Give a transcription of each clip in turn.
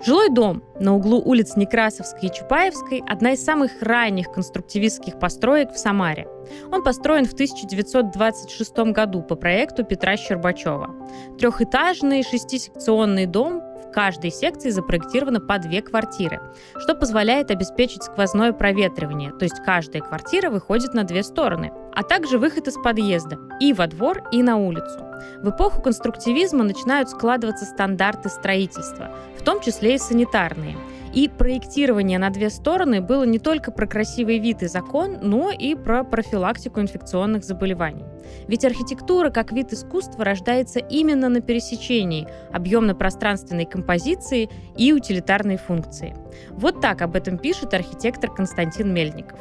Жилой дом на углу улиц Некрасовской и Чапаевской – одна из самых ранних конструктивистских построек в Самаре. Он построен в 1926 году по проекту Петра Щербачева. Трехэтажный шестисекционный дом, в каждой секции запроектировано по 2 квартиры, что позволяет обеспечить сквозное проветривание, то есть каждая квартира выходит на 2 стороны, а также выход из подъезда и во двор, и на улицу. В эпоху конструктивизма начинают складываться стандарты строительства, в том числе и санитарные. И проектирование на 2 стороны было не только про красивый вид и закон, но и про профилактику инфекционных заболеваний. Ведь архитектура как вид искусства рождается именно на пересечении объемно-пространственной композиции и утилитарной функции. Вот так об этом пишет архитектор Константин Мельников.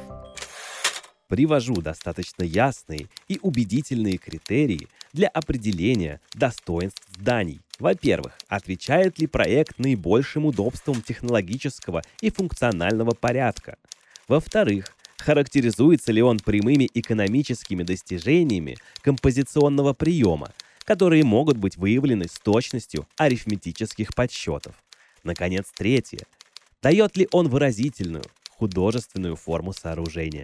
Привожу достаточно ясные и убедительные критерии для определения достоинств зданий. Во-первых, отвечает ли проект наибольшим удобствам технологического и функционального порядка? Во-вторых, характеризуется ли он прямыми экономическими достижениями композиционного приема, которые могут быть выявлены с точностью арифметических подсчетов? Наконец, третье. Дает ли он выразительную, художественную форму сооружения?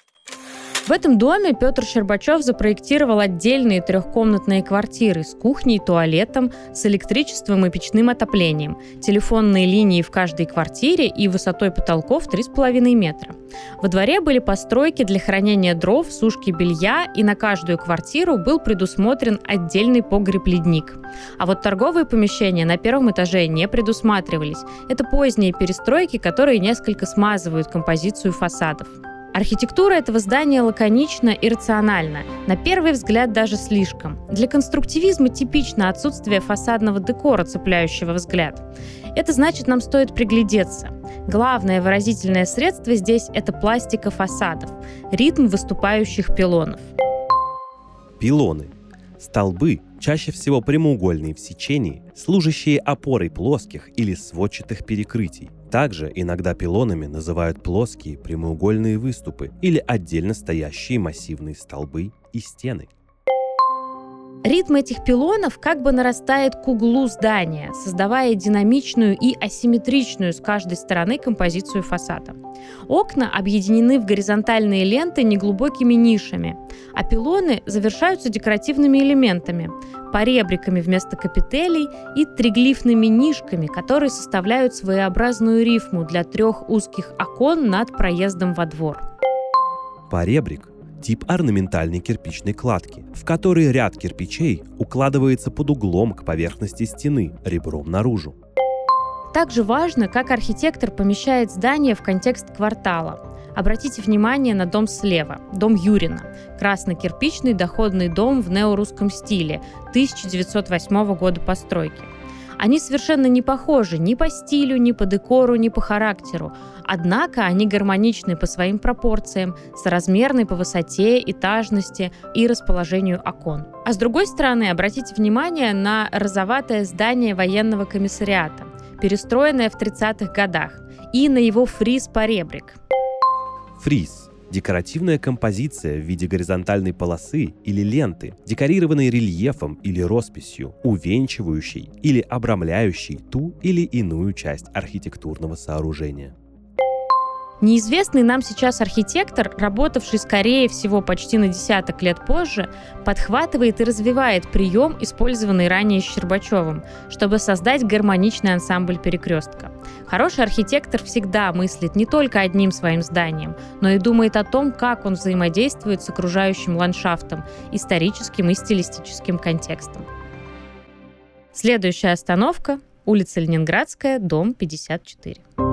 В этом доме Петр Щербачев запроектировал отдельные 3-комнатные квартиры с кухней, туалетом, с электричеством и печным отоплением, телефонные линии в каждой квартире и высотой потолков 3,5 метра. Во дворе были постройки для хранения дров, сушки белья, и на каждую квартиру был предусмотрен отдельный погреб-ледник. А вот торговые помещения на 1-м этаже не предусматривались. Это поздние перестройки, которые несколько смазывают композицию фасадов. Архитектура этого здания лаконична и рациональна, на первый взгляд даже слишком. Для конструктивизма типично отсутствие фасадного декора, цепляющего взгляд. Это значит, нам стоит приглядеться. Главное выразительное средство здесь – это пластика фасадов, ритм выступающих пилонов. Пилоны – столбы, чаще всего прямоугольные в сечении, служащие опорой плоских или сводчатых перекрытий. Также иногда пилонами называют плоские прямоугольные выступы или отдельно стоящие массивные столбы и стены. Ритм этих пилонов как бы нарастает к углу здания, создавая динамичную и асимметричную с каждой стороны композицию фасада. Окна объединены в горизонтальные ленты неглубокими нишами, а пилоны завершаются декоративными элементами – поребриками вместо капителей и триглифными нишками, которые составляют своеобразную рифму для 3 узких окон над проездом во двор. Поребрик – тип орнаментальной кирпичной кладки, в которой ряд кирпичей укладывается под углом к поверхности стены, ребром наружу. Также важно, как архитектор помещает здание в контекст квартала. Обратите внимание на дом слева, дом Юрина, красно-кирпичный доходный дом в неорусском стиле 1908 года постройки. Они совершенно не похожи ни по стилю, ни по декору, ни по характеру. Однако они гармоничны по своим пропорциям, соразмерны по высоте, этажности и расположению окон. А с другой стороны, обратите внимание на розоватое здание военного комиссариата, перестроенное в 30-х годах, и на его фриз-поребрик. Фриз – декоративная композиция в виде горизонтальной полосы или ленты, декорированной рельефом или росписью, увенчивающей или обрамляющей ту или иную часть архитектурного сооружения. Неизвестный нам сейчас архитектор, работавший, скорее всего, почти на десяток лет позже, подхватывает и развивает прием, использованный ранее Щербачевым, чтобы создать гармоничный ансамбль перекрестка. Хороший архитектор всегда мыслит не только одним своим зданием, но и думает о том, как он взаимодействует с окружающим ландшафтом, историческим и стилистическим контекстом. Следующая остановка – улица Ленинградская, дом 54.